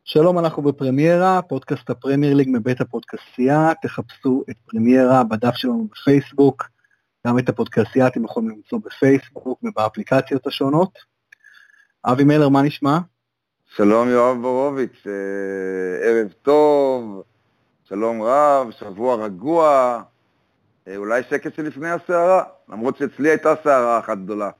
שלום, אנחנו בפרמיירה, פודקאסט הפרמייר ליג מבית הפודקאסטייה. תחפשו את פרמיירה בדף שלנו בפייסבוק, גם את הפודקאסטייה אתם יכולים למצוא בפייסבוק ובאפליקציות השונות. אבי מלר, מה נשמע? שלום יואב בורוביץ', ערב טוב, שלום רב, שבוע רגוע, אולי שקט שלפני הסערה, למרות שאצלי הייתה סערה אחת גדולה.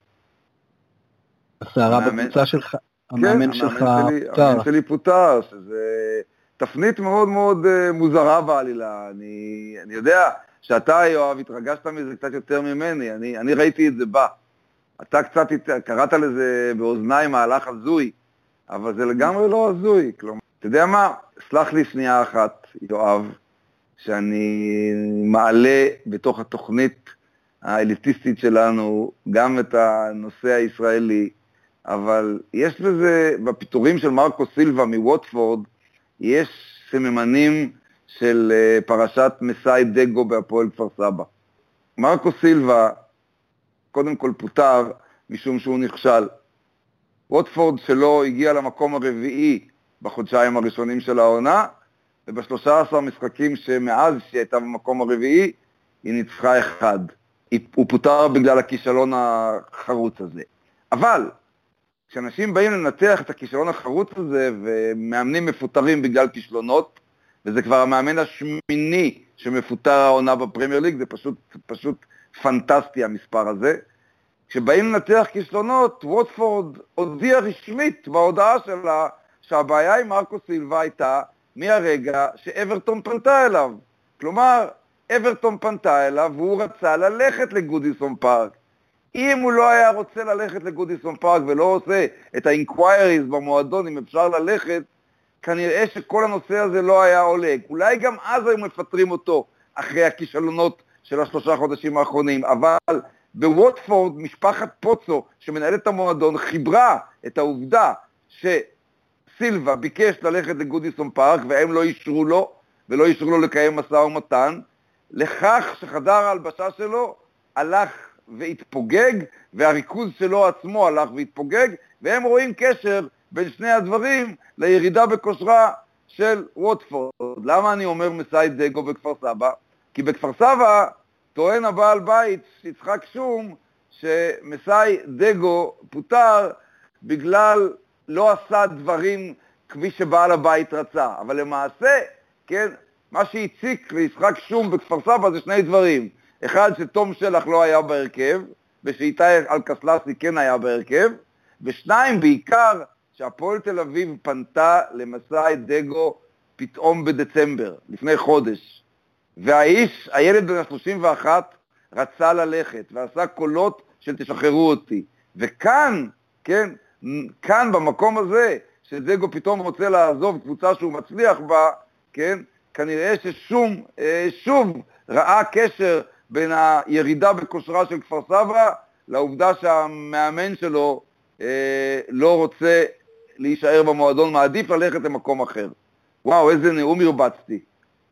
הסערה בקבוצה שלך, המאמן שלי פוטר, שזה תפנית מאוד מאוד מוזרה בעלילה. אני יודע שאתה יואב התרגשת מזה קצת יותר ממני, אני ראיתי את זה בא. אתה קצת קראת לזה באוזניים מהלך הזוי, אבל זה לגמרי לא הזוי. כלומר, אתה יודע מה? סלח לי שנייה אחת, יואב, שאני מעלה בתוך התוכנית האליטיסטית שלנו גם את הנושא הישראלי, אבל יש בזה, בפיטורים של מרקו סילבה מווטפורד, יש סממנים של פרשת מסאי דגו בהפועל כפר סבא. מרקו סילבה קודם כל פוטר משום שהוא נכשל. ווטפורד שלו הגיע למקום הרביעי בחודשיים הראשונים של העונה, וב-13 משחקים שמאז שהיא הייתה במקום הרביעי, היא ניצחה אחד. הוא פוטר בגלל הכישלון החרוץ הזה. אבל כשאנשים באים לנתח את הכישלון החרוץ הזה, ומאמנים מפוטרים בגלל כישלונות, וזה כבר המאמן השמיני שמפוטר העונה בפרמייר ליג, זה פשוט פנטסטי המספר הזה. כשבאים לנתח כישלונות, ווטפורד הודיע רשמית בהודעה שלה, שהבעיה עם מרקו סילבה הייתה מהרגע שאברטון פנתה אליו. כלומר, אברטון פנתה אליו והוא רצה ללכת לגודיסון פארק. אם הוא לא היה רוצה ללכת לגודיסון פארק ולא עושה את האינקווייריז במועדון אם אפשר ללכת, כנראה שכל הנושא הזה לא היה עולה. אולי גם אז היו מפטרים אותו אחרי הכישלונות של 3 חודשים האחרונים, אבל בווטפורד משפחת פוצו שמנהלת את המועדון חיברה את העובדה שסילבה ביקש ללכת לגודיסון פארק והם לא אישרו לו ולא אישרו לו לקיים משא ומתן, לכך שחדר ההלבשה שלו הלך והתפוגג, והריכוז שלו עצמו הלך והתפוגג, והם רואים קשר בין שני הדברים לירידה בכושרה של ווטפורד. למה אני אומר מסאי דגו בכפר סבא? כי בכפר סבא טוען הבעל בית יצחק שום שמסאי דגו פוטר בגלל לא עשה דברים כפי שבעל הבית רצה. אבל למעשה, כן, מה שהציק ליצחק שום בכפר סבא זה שני דברים. אחד, שתום שלח לא היה בהרכב, ושאיתי אלקסלסי כן היה בהרכב, ושניים, בעיקר, שהפועל תל אביב פנתה למסאי דגו פתאום בדצמבר, לפני חודש. והאיש, הילד בן 31, רצה ללכת, ועשה קולות של תשחררו אותי. וכאן, כן, כאן במקום הזה, שדגו פתאום רוצה לעזוב קבוצה שהוא מצליח בה, כן, כנראה ששום, שוב, ראה קשר בין הירידה בכושרה של כפר סבא, לעובדה שהמאמן שלו לא רוצה להישאר במועדון, מעדיף ללכת למקום אחר. וואו, איזה נאום הרבצתי.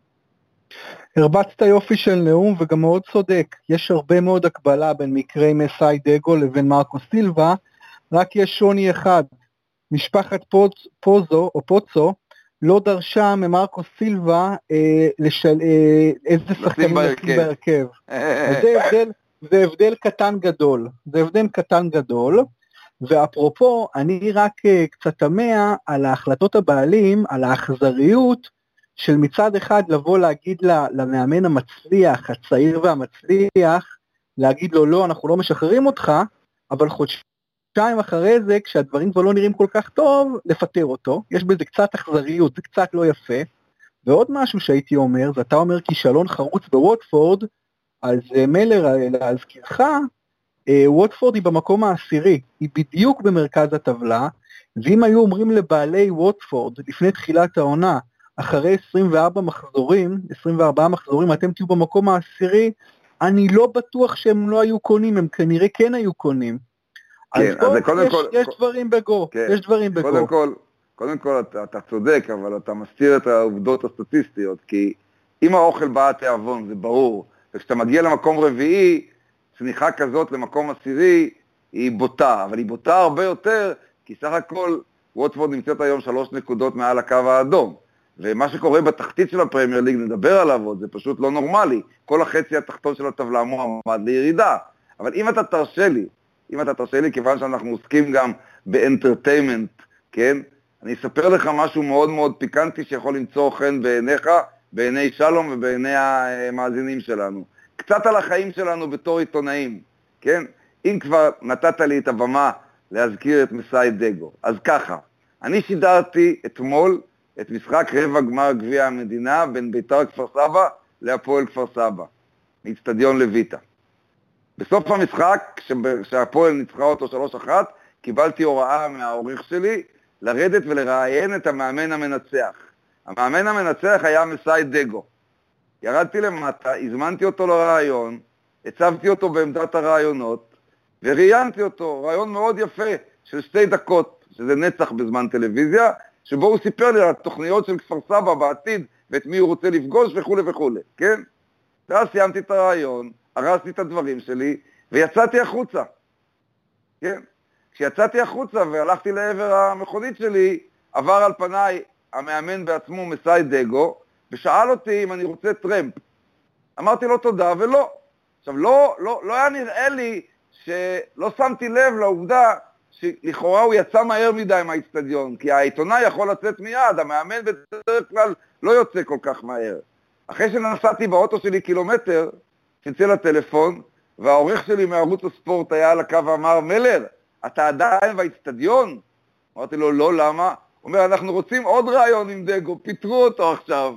הרבצת יופי של נאום וגם מאוד צודק. יש הרבה מאוד הקבלה בין מקרי מסאי דגו לבין מרקו סילבה, רק יש שוני אחד. משפחת פוצו לא דרשה ממרקו סילבה איזה שחקנים בהרכב. זה הבדל קטן גדול. ואפרופו, אני רק קצת תמה על ההחלטות הבעלים, על האכזריות של מצד אחד לבוא להגיד למאמן המצליח, הצעיר והמצליח, להגיד לו לא, אנחנו לא משחררים אותך, אבל חודשיים אחרי זה, כשהדברים כבר לא נראים כל כך טוב, לפטר אותו. יש בזה קצת אכזריות, זה קצת לא יפה. ועוד משהו שהייתי אומר, ואתה אומר כישלון חרוץ בווטפורד, אז מלר, להזכירך, ווטפורד היא במקום העשירי, היא בדיוק במרכז הטבלה, ואם היו אומרים לבעלי ווטפורד, לפני תחילת העונה, אחרי 24 מחזורים, אתם תהיו במקום העשירי, אני לא בטוח שהם לא היו קונים, הם כנראה כן היו קונים. כן, אז יש דברים בגו, יש דברים בגו. קודם כל אתה צודק, אבל אתה מסתיר את העובדות הסטטיסטיות, כי אם האוכל בא תיאבון, זה ברור, וכשאתה מגיע למקום רביעי, צניחה כזאת למקום עשירי, היא בוטה, אבל היא בוטה הרבה יותר, כי סך הכל ווטפורד נמצאת היום 3 נקודות מעל הקו האדום, ומה שקורה בתחתית של הפרמייר ליג, נדבר עליו עוד, זה פשוט לא נורמלי, כל החצי התחתון של הטבלה מועמד לירידה, אבל אם אתה תרשה לי, כיוון שאנחנו עוסקים גם באנטרטיימנט, כן? אני אספר לך משהו מאוד מאוד פיקנטי שיכול למצוא חן בעיניך, בעיני שלום ובעיני המאזינים שלנו. קצת על החיים שלנו בתור עיתונאים, כן? אם כבר נתת לי את הבמה להזכיר את מסאי דגו. אז ככה, אני שידרתי אתמול את משחק רבע גמר גביע המדינה בין בית"ר כפר סבא להפועל כפר סבא, מאצטדיון לויטה. בסוף המשחק, כשהפועל ניצחה אותו 3-1, קיבלתי הוראה מהעורך שלי לרדת ולראיין את המאמן המנצח. המאמן המנצח היה מסאי דגו. ירדתי למטה, הזמנתי אותו לרעיון, הצבתי אותו בעמדת הרעיונות, וראיינתי אותו, רעיון מאוד יפה של 2 דקות, שזה נצח בזמן טלוויזיה, שבו הוא סיפר לי על התוכניות של כפר סבא בעתיד, ואת מי הוא רוצה לפגוש וכו' וכו', כן? ואז סיימתי את הרעיון, הרסתי את הדברים שלי, ויצאתי החוצה, כן? כשיצאתי החוצה והלכתי לעבר המכונית שלי, עבר על פניי המאמן בעצמו מסאי דגו, ושאל אותי אם אני רוצה טרמפ. אמרתי לו תודה ולא. עכשיו, לא היה נראה לי שלא שמתי לב לעובדה שלכאורה הוא יצא מהר מדי מהאצטדיון, כי העיתונאי יכול לצאת מיד, המאמן בדרך כלל לא יוצא כל כך מהר. אחרי שנסעתי באוטו שלי קילומטר, צלצל לטלפון, והעורך שלי מערוץ הספורט היה על הקו ואמר, מלר, אתה עדיין באצטדיון? אמרתי לו, לא, למה? הוא אומר, אנחנו רוצים עוד רעיון עם דגו, פיטרו אותו עכשיו.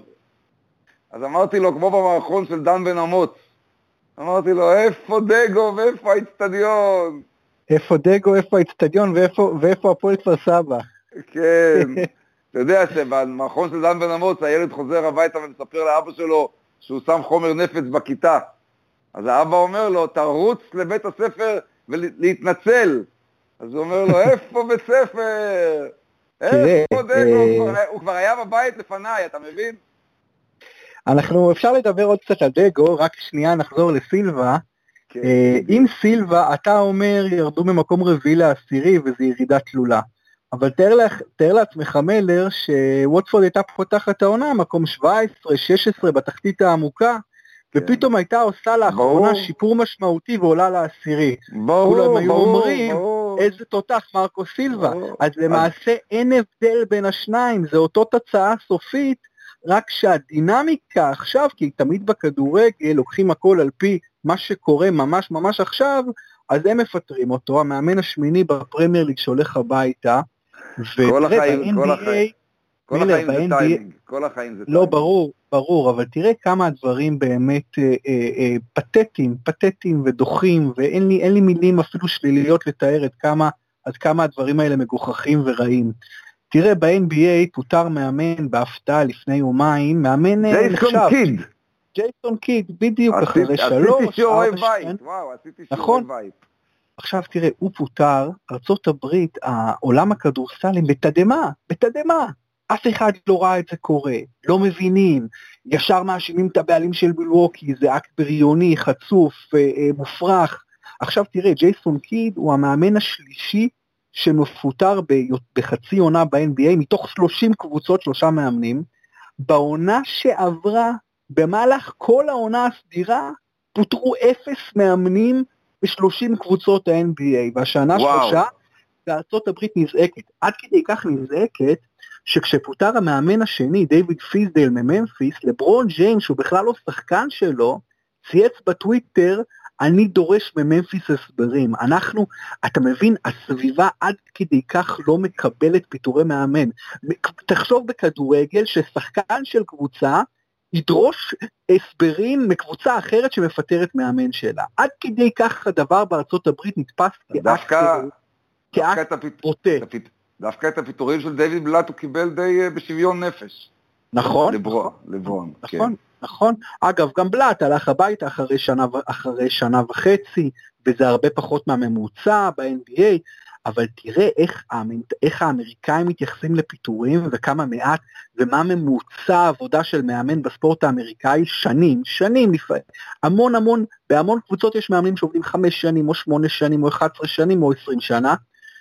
אז אמרתי לו, כמו במערכון של דן בן אמוץ, אמרתי לו, איפה דגו ואיפה האצטדיון? איפה דגו, איפה האצטדיון ואיפה הפועל כפר סבא? כן, אתה יודע שבמערכון של דן בן אמוץ, הילד חוזר הביתה ומספר לאבא שלו שהוא שם חומר נפץ בכיתה. אז האבא אומר לו, תרוץ לבית הספר ולהתנצל. אז הוא אומר לו, איפה בית ספר? איפה דגו? הוא כבר היה בבית לפניי, אתה מבין? אפשר לדבר עוד קצת על דגו, רק שנייה נחזור לסילבה. אם סילבה, אתה אומר, ירדו ממקום רביעי לעשירי, וזו ירידה תלולה. אבל תאר לעצמך מלר, שווטפורד הייתה פותחת העונה, מקום 17, 16 בתחתית העמוקה, ופתאום הייתה עושה לאחרונה שיפור משמעותי ועולה לעשירי. כולם היו אומרים, איזה תותח מרקו סילבה. אז למעשה אין הבדל בין השניים, זה אותו תוצאה סופית, רק שהדינמיקה עכשיו, כי תמיד בכדורגל לוקחים הכל על פי מה שקורה ממש ממש עכשיו, אז הם מפטרים אותו, המאמן השמיני בפרמייר ליג שהולך הביתה, כל החיים זה טיימינג, כל החיים זה טיימינג. לא, ברור, אבל תראה כמה הדברים באמת פתטיים ודוחים, ואין לי מילים אפילו שליליות לתאר עד כמה הדברים האלה מגוחכים ורעים. תראה, ב-NBA פוטר מאמן בהפתעה לפני יומיים, מאמן נחשב. ג'ייסון קיד, בדיוק אחרי 3. עשיתי שיעורי בית, וואו, עשיתי שיעורי בית. עכשיו תראה, הוא פוטר, ארצות הברית, העולם הכדורסלים, בתדמה. אף אחד לא ראה את זה קורה, לא מבינים, ישר מאשימים את הבעלים של מילווקי, זה אקט בריוני, חצוף, מופרך. עכשיו תראה, ג'ייסון קיד הוא המאמן השלישי, שמפוטר בחצי עונה ב-NBA, מתוך 30 קבוצות, 3 מאמנים, בעונה שעברה, במהלך כל העונה הסדירה, פוטרו 0 מאמנים ב-30 קבוצות ה-NBA, והשנה שלושה, בארצות הברית נזעקת, עד כדי כך נזעקת, שכשפוטר המאמן השני, דיוויד פיזדל מממפיס, לברון ג'יימס, שהוא בכלל לא שחקן שלו, צייץ בטוויטר, אני דורש מממפיס הסברים, אתה מבין, הסביבה עד כדי כך לא מקבלת פיטורי מאמן, תחשוב בכדורגל ששחקן של קבוצה, ידרוש הסברים מקבוצה אחרת שמפטרת מאמן שלה, עד כדי כך הדבר בארצות הברית נתפס כאקט פרוטה. דווקא את הפיטורים של דיוויד בלאט הוא קיבל די בשוויון נפש. נכון. לברון. נכון. אגב, גם בלאט הלך הביתה אחרי שנה וחצי, וזה הרבה פחות מהממוצע ב-NBA, אבל תראה איך האמריקאים מתייחסים לפיטורים, וכמה מעט, ומה ממוצע העבודה של מאמן בספורט האמריקאי, שנים לפעמים. בהמון קבוצות יש מאמנים שעובדים 5 שנים, או 8 שנים, או 11 שנים, או 20 שנה,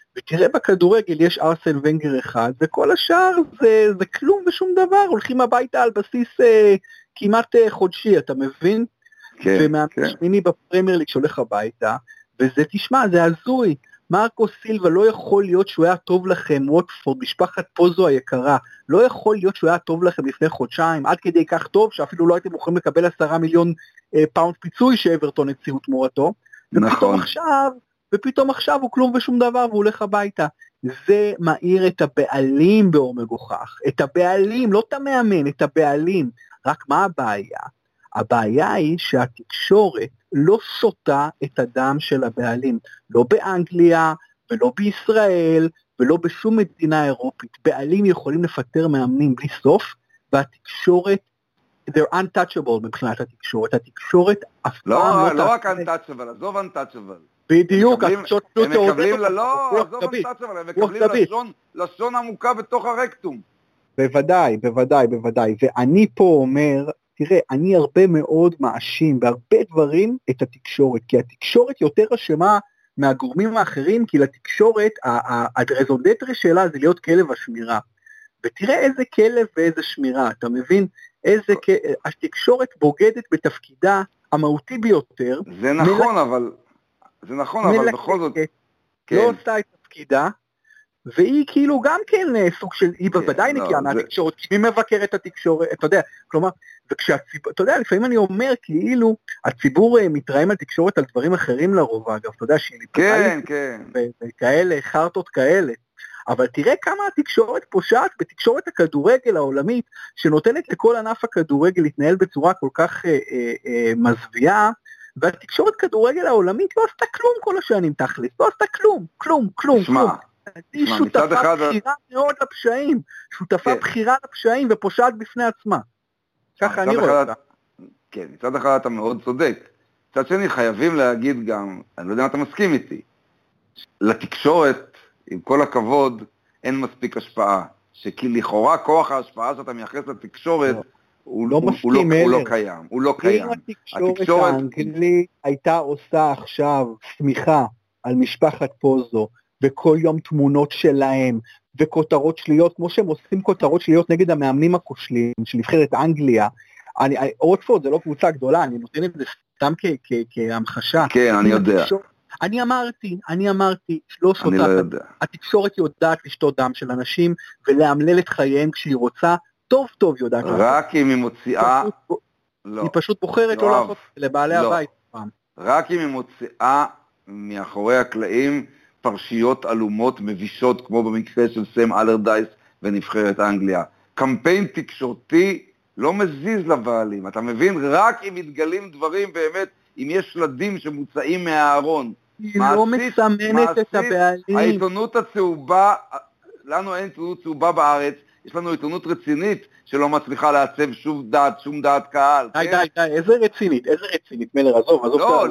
ותראה בכדורגל יש ארסן ונגר אחד, וכל השאר זה כלום ושום דבר, הולכים הביתה על בסיס כמעט חודשי, אתה מבין? כן, ומהשמיני בפרמייר ליג שהולך הביתה, וזה תשמע, זה הזוי, מרקו סילבה לא יכול להיות שהוא היה טוב לכם, ווטפורד, משפחת פוזו היקרה, לא יכול להיות שהוא היה טוב לכם לפני חודשיים, עד כדי כך טוב שאפילו לא הייתם מוכנים לקבל 10 מיליון פאונד פיצוי שאברטון הציעו תמורתו, נכון. ופתאום עכשיו הוא כלום ושום דבר והוא הולך הביתה. זה מעיר את הבעלים באור מגוחך, את הבעלים, לא את המאמן, את הבעלים. רק מה הבעיה? הבעיה היא שהתקשורת לא שותה את הדם של הבעלים, לא באנגליה ולא בישראל ולא בשום מדינה אירופית. בעלים יכולים לפטר מאמנים בלי סוף, והתקשורת, they're untouchable מבחינת התקשורת. התקשורת אף פעם לא רק untouchable, עזוב untouchable. בדיוק, הם מקבלים לשון עמוקה בתוך הרקטום. בוודאי. ואני פה אומר, תראה, אני הרבה מאוד מאשים בהרבה דברים את התקשורת, כי התקשורת יותר אשמה מהגורמים האחרים, כי לתקשורת, הרזונדטרי שלה זה להיות כלב השמירה. ותראה איזה כלב ואיזה שמירה, אתה מבין? התקשורת בוגדת בתפקידה המהותי ביותר. זה נכון, אבל בכל זאת... לא עושה את תפקידה, והיא כאילו גם כן סוג של, היא בוודאי נקייה מהתקשורת, כי מי מבקר את התקשורת, אתה יודע, כלומר, וכשהציבור, אתה יודע, לפעמים אני אומר כאילו, הציבור מתראים על תקשורת על דברים אחרים לרוב, אגב, אתה יודע, כן. וכאלה, חרטות כאלה, אבל תראה כמה התקשורת פושעת בתקשורת הכדורגל העולמית, שנותנת לכל ענף הכדורגל להתנהל בצורה כל כך מזוויעה, והתקשורת כדורגל העולמית לא עשתה כלום כל השנים תכלס, לא עשתה כלום. היא שותפה בחירה מאוד לפשעים, בחירה לפשעים ופושעת בפני עצמה. ככה אני רואה אותה. כן, מצד אחד אתה מאוד צודק. מצד שני חייבים להגיד גם, אני לא יודע אם אתה מסכים איתי, לתקשורת, עם כל הכבוד, אין מספיק השפעה. שכי לכאורה כוח ההשפעה שאתה מייחס לתקשורת, הוא לא קיים. אם התקשורת האנגלית הייתה עושה עכשיו סמיכה על משפחת פוזו, וכל יום תמונות שלהם, וכותרות שליות, כמו שהם עושים כותרות שליות נגד המאמנים הכושלים, של נבחרת אנגליה, ווטפורד זה לא קבוצה גדולה, אני נותן את זה סתם כהמחשה. כן, אני יודע. אני אמרתי, לא שותה, התקשורת יודעת לשתות דם של אנשים, ולהמלל את חייהם כשהיא רוצה, טוב יודעת. רק אם היא מוציאה... היא פשוט בוחרת לא לעשות לבעלי הבית. רק אם היא מוציאה מאחורי הקלעים פרשיות אלומות מבישות, כמו במקרה של סם אלרדייס ונבחרת אנגליה. קמפיין תקשורתי לא מזיז לבעלים, אתה מבין? רק אם מתגלים דברים באמת, אם יש שלדים שמוצאים מהארון. היא לא מסמנת את הבעלים. העיתונות הצהובה, לנו אין עיתונות צהובה בארץ, יש לנו עיתונות רצינית שלא מצליחה לעצב שום דעת קהל. די, איזה רצינית, מלר, עזוב. לא,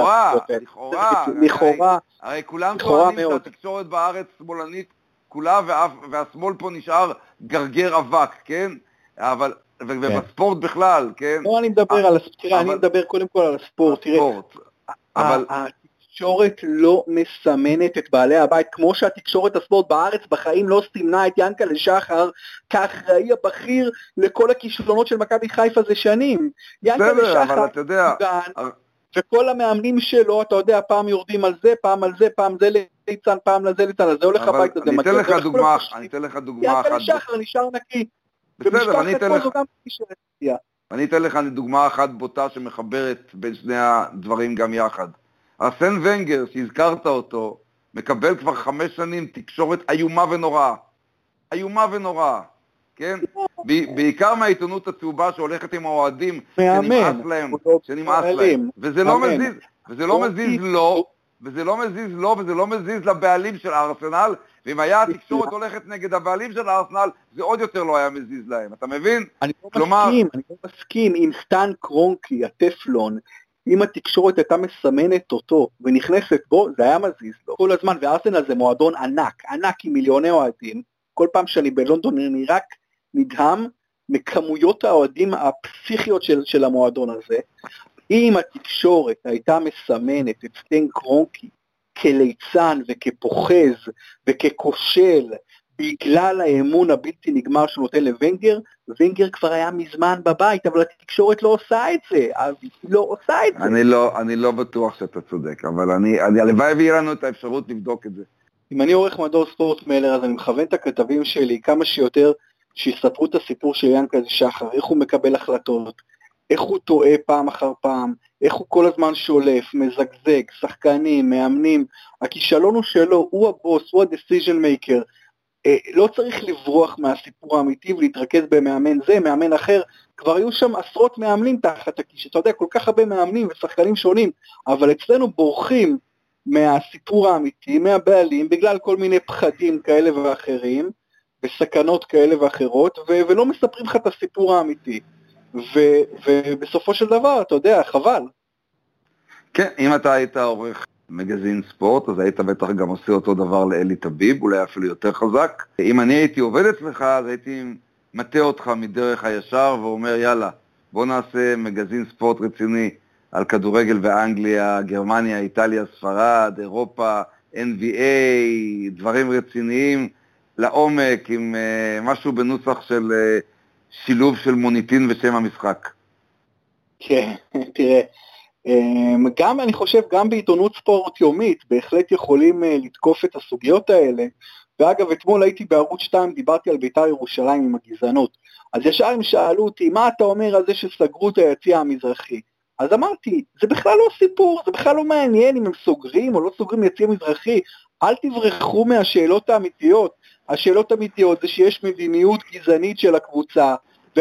לכאורה. הרי כולם טוענים שהתקשורת בארץ שמאלנית כולה, והשמאל פה נשאר גרגר אבק, כן? אבל, ובספורט בכלל, כן? לא, אני מדבר קודם כל על הספורט, תראה. התקשורת לא מסמנת את בעלי הבית, כמו שהתקשורת הספורט בארץ בחיים לא סימנה את ינקלה שחר כאחראי הבכיר לכל הכישלונות של מכבי חיפה זה שנים. ינקלה שחר, וכל המאמנים שלו, אתה יודע, פעם יורדים על זה, פעם על זה, פעם זה ליצן, פעם לזה ליצן, אז זה הולך הביתה. אני אתן לך דוגמה אחת. ינקלה שחר נשאר נקי. בסדר, אני אתן לך דוגמה אחת בוטה שמחברת בין שני הדברים גם יחד. ארסן ונגר, שהזכרת אותו, מקבל כבר 5 שנים תקשורת איומה ונוראה, כן? בעיקר מהעיתונות הצהובה שהולכת עם האוהדים, שנמאס להם, וזה לא מזיז לו, וזה לא מזיז לבעלים של ארסנל, ואם היה התקשורת הולכת נגד הבעלים של ארסנל, זה עוד יותר לא היה מזיז להם, אתה מבין? אני לא מסכים עם סטן קרונקי, הטפלון, אם התקשורת הייתה מסמנת אותו ונכנסת בו, זה היה מזיז לו. כל הזמן, וארסנל זה מועדון ענק עם מיליוני אוהדים. כל פעם שאני בלונדון אני רק נדהם מכמויות האוהדים הפסיכיות של המועדון הזה. אם התקשורת הייתה מסמנת את סטן קרונקי כליצן וכפוחז וככושל, בגלל האמון הבלתי נגמר שנותן לוונגר, וונגר כבר היה מזמן בבית, אבל התקשורת לא עושה את זה, לא עושה את זה. אני לא בטוח שאתה צודק, אבל הלוואי ויהיה לנו את האפשרות לבדוק את זה. אם אני עורך מדור ספורט מלר, אז אני מכוון את הכתבים שלי כמה שיותר שיספרו את הסיפור של ינקלה שחר, איך הוא מקבל החלטות, איך הוא טועה פעם אחר פעם, איך הוא כל הזמן שולף, מזגזג, שחקנים, מאמנים, הכישלון הוא שלו, הוא הבוס, הוא ה-decision maker, לא צריך לברוח מהסיפור האמיתי ולהתרכז במאמן זה, מאמן אחר, כבר היו שם עשרות מאמנים תחת הכיש, אתה יודע, כל כך הרבה מאמנים ושחקנים שונים, אבל אצלנו בורחים מהסיפור האמיתי, מהבעלים, בגלל כל מיני פחדים כאלה ואחרים, וסכנות כאלה ואחרות, ולא מספרים לך את הסיפור האמיתי, ובסופו של דבר, אתה יודע, חבל. כן, אם אתה היית עורך מגזין ספורט, אז היית בטח גם עושה אותו דבר לאלי טביב, אולי אפילו יותר חזק. אם אני הייתי עובד אצלך, אז הייתי מטה אותך מדרך הישר, ואומר, יאללה, בוא נעשה מגזין ספורט רציני, על כדורגל באנגליה, גרמניה, איטליה, ספרד, אירופה, NBA, דברים רציניים לעומק, עם משהו בנוסח של שילוב של מוניטין ושם המשחק. כן, תראה, גם אני חושב, גם בעיתונות ספורט יומית, בהחלט יכולים לתקוף את הסוגיות האלה, ואגב, אתמול הייתי בערוץ 2, דיברתי על בית"ר ירושלים עם הגזענות, אז ישר הם שאלו אותי, מה אתה אומר על זה שסגרו את היציע המזרחי? אז אמרתי, זה בכלל לא סיפור, זה בכלל לא מעניין אם הם סוגרים או לא סוגרים יציע מזרחי, אל תברחו מהשאלות האמיתיות, השאלות האמיתיות זה שיש מדיניות גזענית של הקבוצה,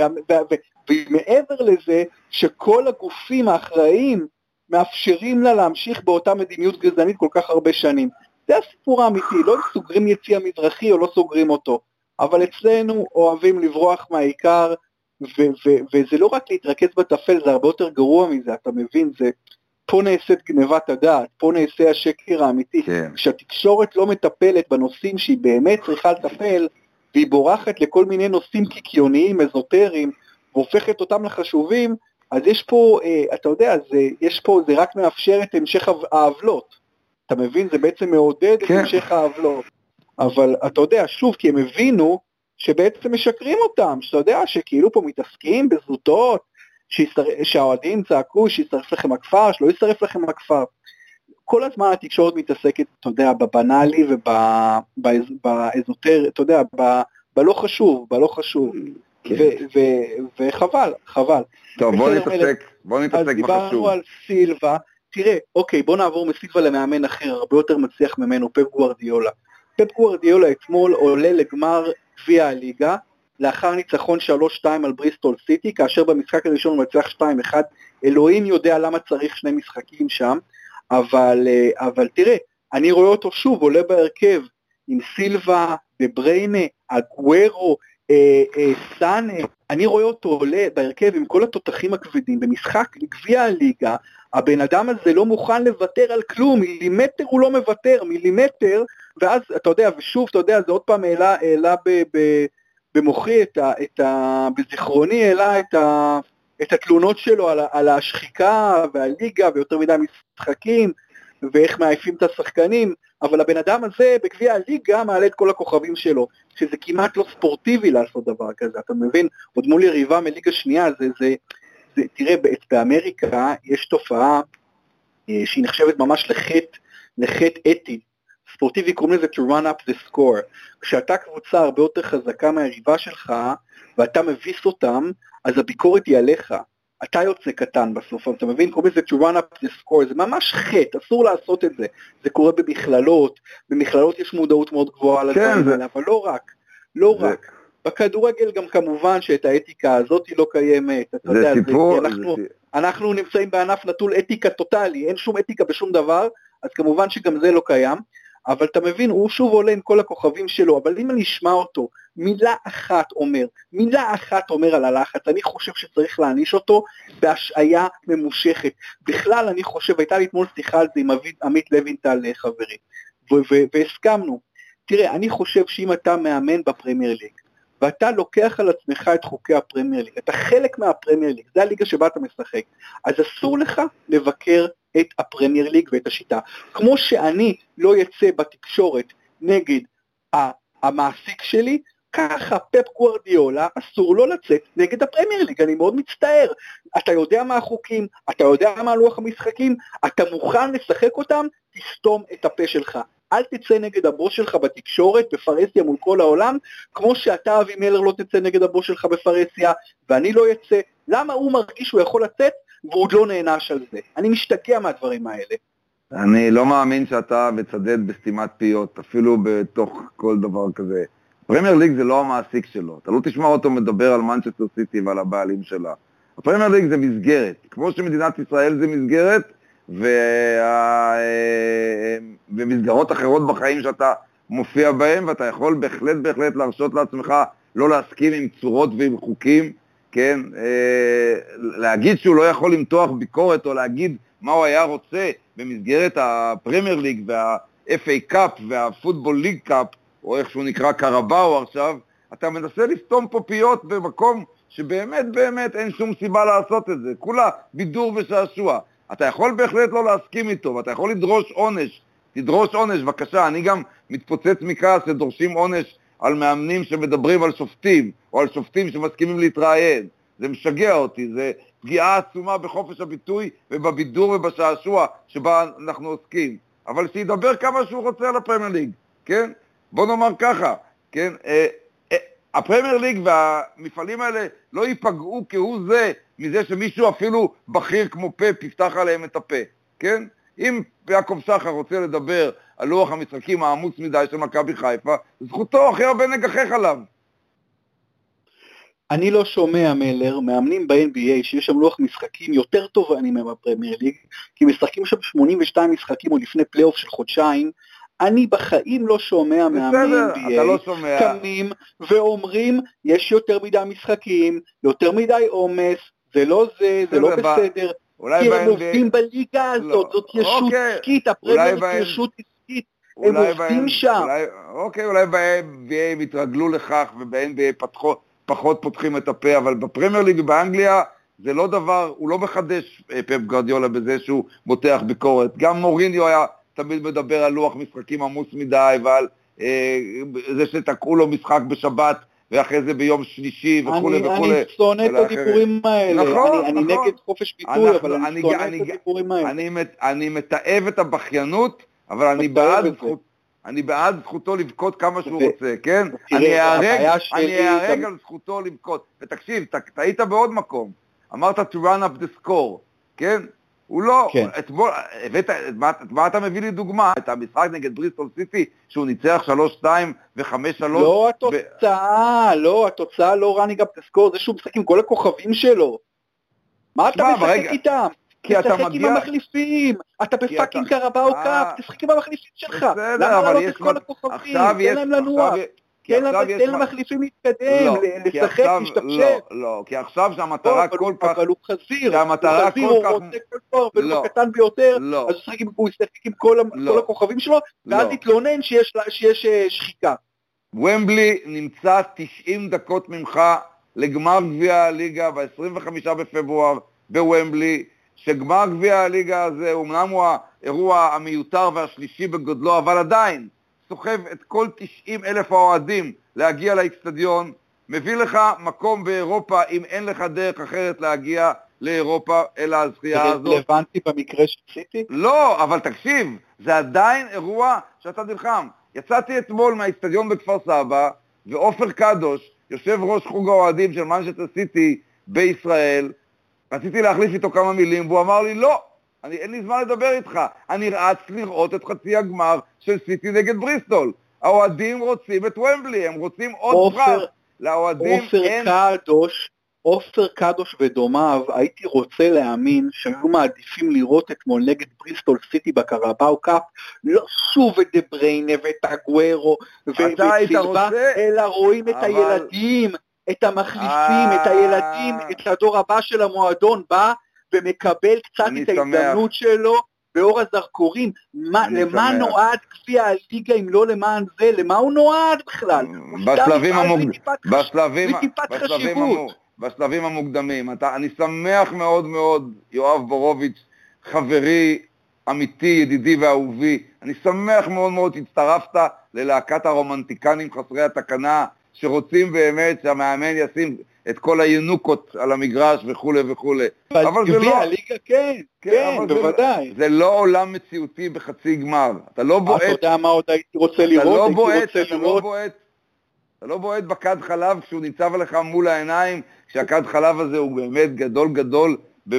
ומעבר לזה שכל הגופים האחראיים מאפשרים לה להמשיך באותה מדיניות גזענית כל כך הרבה שנים. זה הסיפור האמיתי, לא סוגרים יציע מזרחי או לא סוגרים אותו, אבל אצלנו אוהבים לברוח מהעיקר, וזה לא רק להתרכז בטפל, זה הרבה יותר גרוע מזה, אתה מבין, זה פה נעשית גנבת הדעת, פה נעשה השקר האמיתי, כן. כשהתקשורת לא מטפלת בנושאים שהיא באמת צריכה לטפל, והיא בורחת לכל מיני נושאים קיקיוניים, אזוטריים, והופכת אותם לחשובים, אז יש פה, אתה יודע, זה רק מאפשר את המשך העוולות, אתה מבין, זה בעצם מעודד את המשך העוולות, אבל אתה יודע, שוב, כי הם הבינו שבעצם משקרים אותם, שאתה יודע, שכאילו פה מתעסקים בזוטות, שהאוהדים צעקו, שישרף לכם הכפר, שלא ישרף לכם הכפר, כל הזמן התקשורת מתעסקת, אתה יודע, בבנאלי ובאזוטר, אתה יודע, בלא חשוב, וחבל, חבל. טוב, בוא נתעסק אז דיברנו על סילבה, תראה, אוקיי, בוא נעבור מסילבה למאמן אחר, הרבה יותר מצליח ממנו, פפ גוארדיולה. פפ גוארדיולה אתמול עולה לגמר גביע הליגה, לאחר ניצחון 3-2 על בריסטול סיטי, כאשר במשחק הראשון הוא מצליח 2-1, אלוהים יודע למה צריך שני משחקים שם, אבל תראה, אני רואה אותו שוב, עולה בהרכב, עם סילבה, בבריינה, אגוארו, סאנה, אני רואה אותו עולה בהרכב עם כל התותחים הכבדים, במשחק גביע הליגה, הבן אדם הזה לא מוכן לוותר על כלום, מילימטר הוא לא מוותר, מילימטר, ואז אתה יודע, ושוב אתה יודע, זה עוד פעם העלה במוחי, בזיכרוני העלה את התלונות שלו על השחיקה והליגה ויותר מדי משחקים, ואיך מעיפים את השחקנים, אבל הבן אדם הזה בגביע הליגה מעלה את כל הכוכבים שלו, שזה כמעט לא ספורטיבי לעשות דבר כזה, אתה מבין? עוד מול יריבה מליגה שנייה, תראה, באמריקה יש תופעה שהיא נחשבת ממש לחטא אתי, ספורטיבי קוראים לזה to run up the score, כשאתה קבוצה הרבה יותר חזקה מהיריבה שלך, ואתה מביס אותם, אז הביקורת היא עליך, אתה יוצא קטן בסוף, אתה מבין? קוראים לזה to run up the score, זה ממש חטא, אסור לעשות את זה, זה קורה במכללות יש מודעות מאוד גבוהה לדברים האלה, אבל לא רק, בכדורגל גם כמובן שאת האתיקה הזאת היא לא קיימת, אתה יודע, אנחנו נמצאים בענף נטול אתיקה טוטלי, אין שום אתיקה בשום דבר, אז כמובן שגם זה לא קיים, אבל אתה מבין, הוא שוב עולה עם כל הכוכבים שלו, אבל אם אני אשמע אותו, מילה אחת אומר על הלחץ, אני חושב שצריך להעניש אותו בהשעיה ממושכת. בכלל אני חושב, הייתה לי אתמול שיחה על זה עם עמית לוינטל חברי, והסכמנו. תראה, אני חושב שאם אתה מאמן בפרמייר ליג, ואתה לוקח על עצמך את חוקי הפרמייר ליג, אתה חלק מהפרמייר ליג, זה הליגה שבה אתה משחק, אז אסור לך לבקר את הפרמייר ליג ואת השיטה. כמו שאני לא יצא בתקשורת נגד המעסיק שלי, ככה פפ גוארדיולה אסור לו לצאת נגד הפרמייר ליג, אני מאוד מצטער. אתה יודע מה החוקים, אתה יודע מה לוח המשחקים, אתה מוכן לשחק אותם, תסתום את הפה שלך. אל תצא נגד הבוס שלך בתקשורת, בפרסיה מול כל העולם, כמו שאתה אבי מלר לא תצא נגד הבוס שלך בפרסיה, ואני לא יצא. למה הוא מרגיש שהוא יכול לצאת, והוא עוד לא נענש על זה? אני משתגע מהדברים האלה. אני לא מאמין שאתה מצדד בסתימת פיות, אפילו בתוך כל דבר כזה. הפרמייר ליג זה לא המעסיק שלו, אתה לא תשמע אותו מדבר על מנצ'סטר סיטי ועל הבעלים שלה. הפרמייר ליג זה מסגרת, כמו שמדינת ישראל זה מסגרת, ומסגרות אחרות בחיים שאתה מופיע בהם, ואתה יכול בהחלט להרשות לעצמך לא להסכים עם צורות ועם חוקים, כן? להגיד שהוא לא יכול למתוח ביקורת, או להגיד מה הוא היה רוצה במסגרת הפרמייר ליג וה-FA קאפ והפוטבול ליג קאפ, או איך שהוא נקרא קרבאו עכשיו, אתה מנסה לסתום פה פיות במקום שבאמת אין שום סיבה לעשות את זה. כולה בידור ושעשוע. אתה יכול בהחלט לא להסכים איתו, ואתה יכול לדרוש עונש. תדרוש עונש, בבקשה. אני גם מתפוצץ מכעס שדורשים עונש על מאמנים שמדברים על שופטים, או על שופטים שמסכימים להתראיין. זה משגע אותי, זה פגיעה עצומה בחופש הביטוי ובבידור ובשעשוע שבה אנחנו עוסקים. אבל שידבר כמה שהוא רוצה על הפרמייר ליג, כן? בוא נאמר ככה, כן? הפרמייר ליג והמפעלים האלה לא ייפגעו כהוא זה מזה שמישהו אפילו בכיר כמו פפ יפתח עליהם את הפה, כן? אם יעקב שחר רוצה לדבר על לוח המשחקים העמוס מדי של מכבי חיפה, זכותו, הכי הרבה נגחך עליו. אני לא שומע מלר, מאמנים ב-NBA שיש שם לוח משחקים יותר טובענים מהפרמייר ליג, כי משחקים שם 82 משחקים או לפני פלייאוף של חודשיים. אני בחיים לא שומע מאמנים NBA קמים ואומרים יש יותר מדי משחקים, יותר מדי עומס, זה לא זה, זה לא בסדר, כי הם עובדים בליגה הזאת, זאת ישות עסקית, הפרמייר ליג ישות עסקית, הם עובדים שם. אולי ב-NBA הם התרגלו לכך וב-NBA פחות פותחים את הפה, אבל בפרמייר ליג ובאנגליה זה לא דבר, הוא לא מחדש פפ גוארדיולה בזה שהוא מותח ביקורת. גם מוריניו היה תמיד מדבר על לוח משחקים עמוס מדי, ועל זה שתקעו לו משחק בשבת, ואחרי זה ביום שלישי וכו'. אני שונא את הדיבורים האלה. אני נגד חופש ביטוי, אבל אני שונא את הדיבורים האלה. אני מתאב את הבכיינות, אבל אני בעד זכותו לבכות כמה שהוא רוצה, כן? אני אערג על זכותו לבכות. ותקשיב, אתה היית בעוד מקום. אמרת to run up the score, כן? הוא לא, אתמול, מה אתה מביא לי דוגמה? את המשחק נגד בריסטול סיטי, שהוא ניצח 3-2 ו-5-3. לא התוצאה לא running up the score, זה שהוא משחק עם כל הכוכבים שלו. מה אתה משחק איתם? תשחק עם המחליפים, אתה בפאקינג קרבאו קאפ, תשחק עם המחליפים שלך. למה לא את כל הכוכבים? תן להם לנוע. תן למחליפים להתקדם, לשחק, להשתפשף. לא, כי עכשיו שהמטרה כל כך... אבל הוא חזיר, הוא רוצה כל פעם, ולא קטן ביותר, אז הוא ישחק עם כל הכוכבים שלו, ואז יתלונן שיש שחיקה. ומבלי נמצא 90 דקות ממך לגמר גביע הליגה ב-25 בפברואר בוומבלי, שגמר גביע הליגה הזה, אומנם הוא האירוע המיותר והשלישי בגודלו, אבל עדיין סוחב את כל 90,000 האוהדים להגיע לאצטדיון, מביא לך מקום באירופה אם אין לך דרך אחרת להגיע לאירופה אלא הזכייה הזאת. זה רלוונטי במקרה של סיטי? לא, אבל תקשיב, זה עדיין אירוע שאתה נלחם. יצאתי אתמול מהאצטדיון בכפר סבא, ועופר קדוש, יושב ראש חוג האוהדים של מנצ'סטר סיטי בישראל, רציתי להחליף איתו כמה מילים, והוא אמר לי, לא, אין לי זמן לדבר איתך, אני רץ לראות את חצי הגמר של סיטי נגד בריסטול. האוהדים רוצים את ומבלי, הם רוצים עוד פרס. לאוהדים אין... עופר קדוש ודומיו, הייתי רוצה להאמין שהיו מעדיפים לראות אתמול נגד בריסטול סיטי בקרבאו קאפ, לא שוב את דבריינה ואת אגוארו וסילבה, אלא רואים את הילדים, את המחליפים, את הילדים, את הדור הבא של המועדון בא ומקבל קצת את ההזדמנות שלו באור הזרקורים. למה נועד גביע הליגה אם לא למען זה? למה הוא נועד בכלל? בשלבים המוקדמים. אני שמח מאוד מאוד, יואב בורוביץ', חברי, אמיתי, ידידי ואהובי, אני שמח מאוד מאוד שהצטרפת ללהקת הרומנטיקנים חסרי התקנה, שרוצים באמת שהמאמן ישים את כל הינוקות על המגרש וכו' וכו'. אבל זה לא... הליגה כן, בוודאי. זה לא עולם מציאותי בחצי גמר. אתה לא בועט... אתה יודע מה עוד הייתי רוצה לראות? אתה לא בועט בכד חלב כשהוא ניצב עליך מול העיניים, כשהכד חלב הזה הוא באמת גדול גדול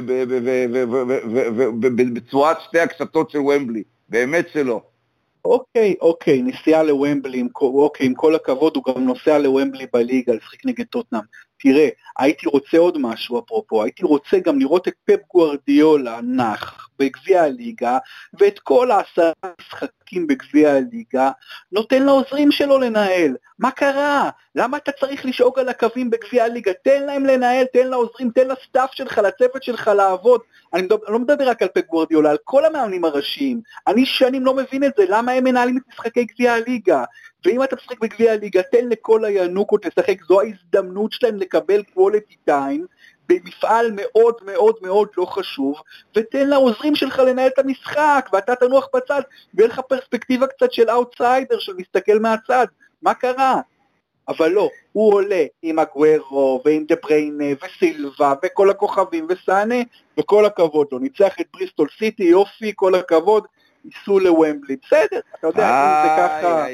בצורת שתי הקשתות של ומבלי. באמת שלא. אוקיי, נסיעה לוומבלי, עם כל הכבוד, הוא גם נוסע לוומבלי בליגה, לשחק נגד טוטנהאם. תראה, הייתי רוצה עוד משהו אפרופו, הייתי רוצה גם לראות את פפ גוארדיולה נח בגביע הליגה, ואת כל 10 משחקים בגביע הליגה, נותן לעוזרים שלו לנהל. מה קרה? למה אתה צריך לשאוג על הקווים בגביע הליגה? תן להם לנהל, תן לעוזרים, תן לסטאפ שלך, לצוות שלך לעבוד. אני לא מדבר רק על פפ גוארדיולה, על כל המאמנים הראשיים. אני שנים לא מבין את זה, למה הם מנהלים את משחקי גביע הליגה? ואם אתה משחק בגביע הליגה, תן לכל הינוקות לשחק, זו ההזדמנות שלהם לקבל quality time, במפעל מאוד מאוד מאוד לא חשוב, ותן לעוזרים שלך לנהל את המשחק, ואתה תנוח בצד, ויהיה לך פרספקטיבה קצת של אאוטסיידר, של מסתכל מהצד, מה קרה? אבל לא, הוא עולה עם אגוארו, ועם דה בריינה, וסילבה, וכל הכוכבים, וסאנה, וכל הכבוד לו, ניצח את בריסטול סיטי, יופי, כל הכבוד, ייסעו לוומבלי, בסדר, אתה יודע, אם זה ככה...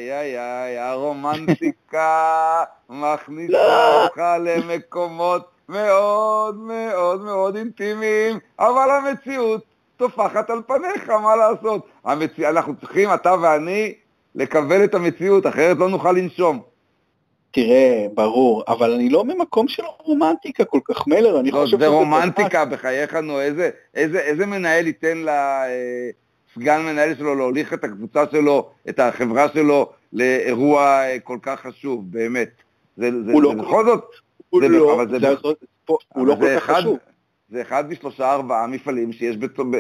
הרומנטיקה מכניסה אותך למקומות מאוד מאוד מאוד אינטימיים, אבל המציאות תופחת על פניך, מה לעשות? אנחנו צריכים, אתה ואני, לקבל את המציאות, אחרת לא נוכל לנשום. תראה, ברור, אבל אני לא ממקום של רומנטיקה כל כך, מלר, אני חושב... זה רומנטיקה, בחייך, נו, איזה מנהל ייתן סגן מנהל שלו להוליך את הקבוצה שלו, את החברה שלו, לאירוע כל כך חשוב, באמת. הוא לא כל כך חשוב. זה אחד מ3-4 מפעלים שיש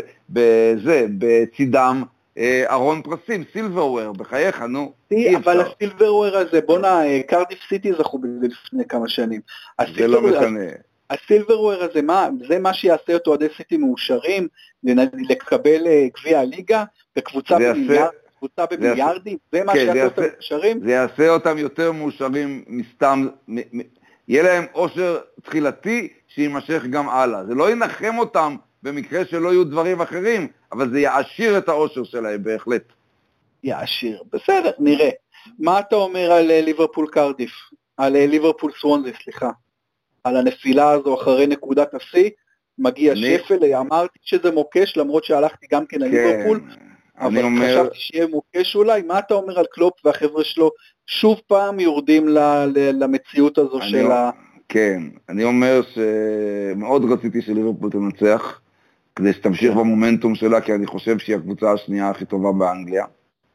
בצידם ארון פרסים, סילברוויר, בחייך, נו. אבל הסילברוויר הזה, בונה, קרדיף סיטי זכו בזה לפני כמה שנים. זה לא משנה. הסילברוויר הזה, זה מה שיעשה אותו עדי סיטי מאושרים, לקבל גביע הליגה, בקבוצה במיליארדים, זה מה שיעשה אותם מאושרים? זה יעשה אותם יותר מאושרים מסתם, יהיה להם עושר תחילתי שימשך גם הלאה. זה לא ינחם אותם במקרה שלא יהיו דברים אחרים, אבל זה יעשיר את העושר שלהם בהחלט. יעשיר, בסדר, נראה. מה אתה אומר על ליברפול קרדיף? על ליברפול סוונזה, סליחה. על הנפילה הזו אחרי נקודת השיא, מגיע שפל, אמרתי שזה מוקש, למרות שהלכתי גם כן על ליברפול, אבל חשבתי שיהיה מוקש אולי. מה אתה אומר על קלופ והחבר'ה שלו, שוב פעם יורדים למציאות הזו של ה... כן, אני אומר שמאוד רציתי שליברפול תנצח, כדי שתמשיך במומנטום שלה, כי אני חושב שהיא הקבוצה השנייה הכי טובה באנגליה,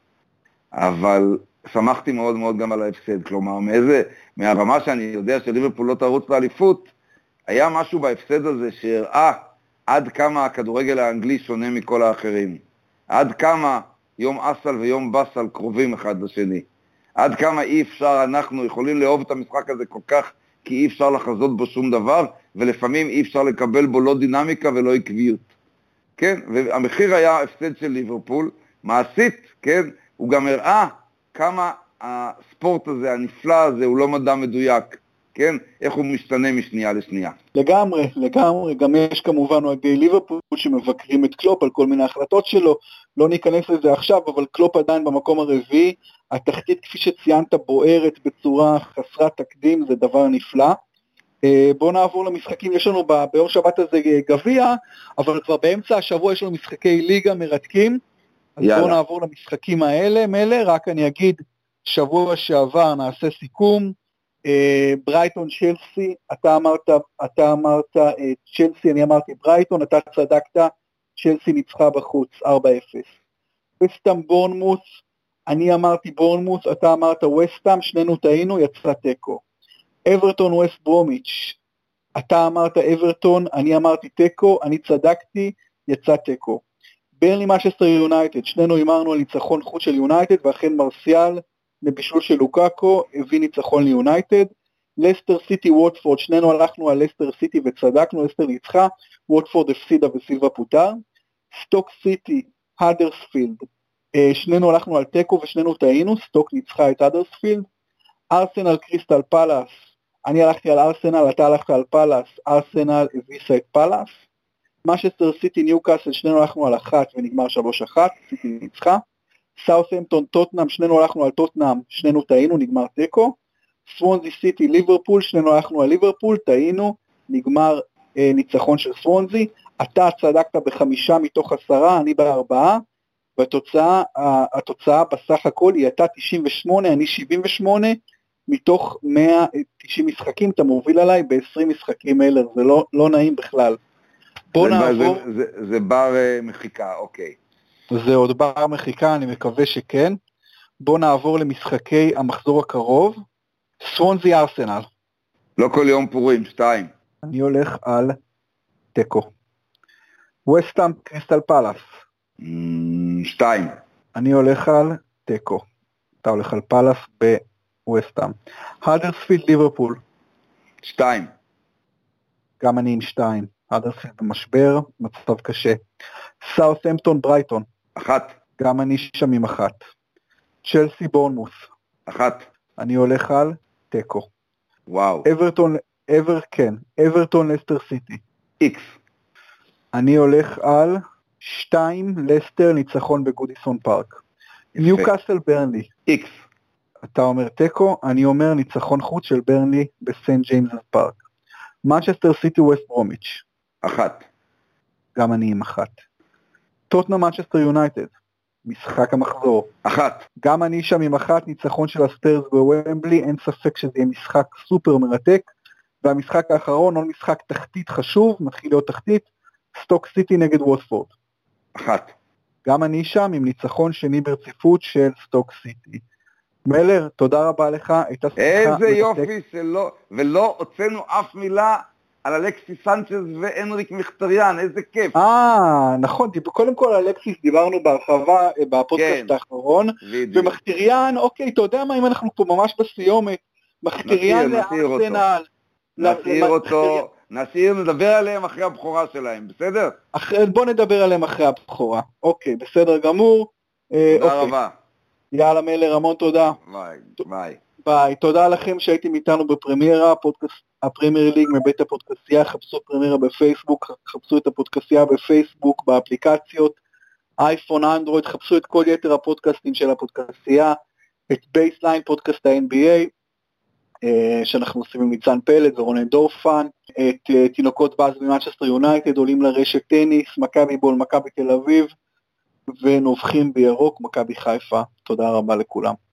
אבל שמחתי מאוד מאוד גם על ההפסד, כלומר, מהרמה שאני יודע שליברפול לא תרוץ לאליפות, היה משהו בהפסד הזה שהראה עד כמה הכדורגל האנגלי שונה מכל האחרים, עד כמה יום אסל ויום בסל קרובים אחד לשני, עד כמה אי אפשר, אנחנו יכולים לאהוב את המשחק הזה כל כך, כי אי אפשר לחזות בו שום דבר, ולפעמים אי אפשר לקבל בו לא דינמיקה ולא עקביות. כן? והמחיר היה הפסד של ליברפול, מעשית, כן? הוא גם הראה כמה הספורט הזה, הנפלא הזה, הוא לא מדע מדויק. כן? איך הוא משתנה משנייה לשנייה. לגמרי, לגמרי. גם יש כמובן אוהדי ליברפול שמבקרים את קלופ על כל מיני החלטות שלו. לא ניכנס לזה עכשיו, אבל קלופ עדיין במקום הרביעי. התחתית, כפי שציינת, בוערת בצורה חסרת תקדים, זה דבר נפלא. בואו נעבור למשחקים. יש לנו ביום שבת הזה גביע, אבל כבר באמצע השבוע יש לנו משחקי ליגה מרתקים. אז בואו נעבור למשחקים האלה. רק אני אגיד, שבוע שעבר נעשה סיכום. ברייטון צ'לסי, אתה אמרת צ'לסי, אני אמרתי ברייטון, אתה צדקת, צ'לסי ניצחה בחוץ 4-0. וסטאם בורנמוס, אני אמרתי בורנמוס, אתה אמרת וסטאם, שנינו טעינו, יצא טקו. אברטון וסט ברומיץ', אתה אמרת אברטון, אני אמרתי טקו, אני צדקתי, יצא טקו. ברנלי מנצ'סטר יונייטד, שנינו אמרנו על ניצחון חוץ של יונייטד, ואכן מרסיאל לבישול של לוקאקו, הביא ניצחון ליונייטד. לסטר סיטי ווטפורד, שנינו הלכנו על לסטר סיטי וצדקנו, לסטר ניצחה, ווטפורד הפסידה וסילבה פוטר. סטוק סיטי, האדרספילד, שנינו הלכנו על טקו ושנינו טעינו, סטוק ניצחה את האדרספילד. ארסנל קריסטל פלאס, אני הלכתי על ארסנל, אתה הלכת על פלאס, ארסנל הביסה את פלאס. משסטר סיטי ניוקאסל, שנינו הלכנו על 1 ונגמר 3-1, סיטי ניצחה. סאות'המפטון טוטנהאם, שנינו הלכנו על טוטנהאם, שנינו טעינו, נגמר טקו. סוונזי סיטי ליברפול, שנינו הלכנו על ליברפול, טעינו, נגמר ניצחון של סוונזי. אתה צדקת ב5 מתוך 10, אני ב4, והתוצאה בסך הכל היא הייתה 98, אני 78, מתוך 190 משחקים, אתה מוביל עליי ב20 משחקים אלה, זה לא נעים בכלל. בוא נעבור. זה בר מחיקה, אוקיי. זה עוד בר מחיקה, אני מקווה שכן. בוא נעבור למשחקי המחזור הקרוב. סוונזי ארסנל. לא כל יום פורים, 2. אני הולך על טקו. וסטהאם קריסטל פלאס. 2. אני הולך על טקו. אתה הולך על פלאס בווסטהאם. האדרספילד ליברפול. 2. גם אני עם 2. האדרספילד במשבר, מצב קשה. סאות'המפטון ברייטון. 1. גם אני שם עם 1. צ'לסי בורנמות'. 1. אני הולך על טקו. וואו. אברטון לסטר סיטי. X. אני הולך על 2 לסטר ניצחון בגודיסון פארק. ניוקאסל ברנלי. X. אתה אומר טקו, אני אומר ניצחון חוץ של ברנלי בסנט ג'יימס פארק. מנצ'סטר סיטי ווסט ברומיץ'. 1. גם אני עם 1. טוטנהאם מנצ'סטר יונייטד. משחק המחזור. 1. גם אני שם עם 1, ניצחון של הספיירס בוומבלי, אין ספק שזה יהיה משחק סופר מרתק. והמשחק האחרון, עוד משחק תחתית חשוב, מתחיל להיות תחתית, סטוק סיטי נגד ווטפורד. 1. גם אני שם עם ניצחון שני ברציפות של סטוק סיטי. מלר, תודה רבה לך, הייתה שיחה איזה יופי שלא, ולא הוצאנו אף מילה על אלכסיס סנצ'ז ואנריק מיכטריאן, איזה כיף. נכון, קודם כל על אלכסיס דיברנו בהרחבה בפודקאסט האחרון, ומכתריאן, אוקיי, אתה יודע מה, אם אנחנו פה ממש בסיומת, מכתריאן לארסנל. נדבר עליהם אחרי הבכורה שלהם, בסדר? בוא נדבר עליהם אחרי הבכורה. אוקיי, בסדר גמור. תודה רבה. יאללה מלר, המון תודה. ביי. תודה לכם שהייתם איתנו בפרמיירה, פודקאסט הפרמייר ליג מבית הפודקאסטייה, חפשו פרמיירה בפייסבוק, חפשו את הפודקאסטייה בפייסבוק, באפליקציות, אייפון, אנדרואיד, חפשו את כל יתר הפודקאסטים של הפודקאסטייה, את בייסליין, פודקאסט ה-NBA, שאנחנו עושים עם ניצן פלד ורונן דורפן, את תינוקות באז במנצ'סטר יונייטד, עולים לרשת טניס, מכבי בול, מכבי תל אביב, ונובחים בירוק, מכבי חיפה. תודה רבה לכולם.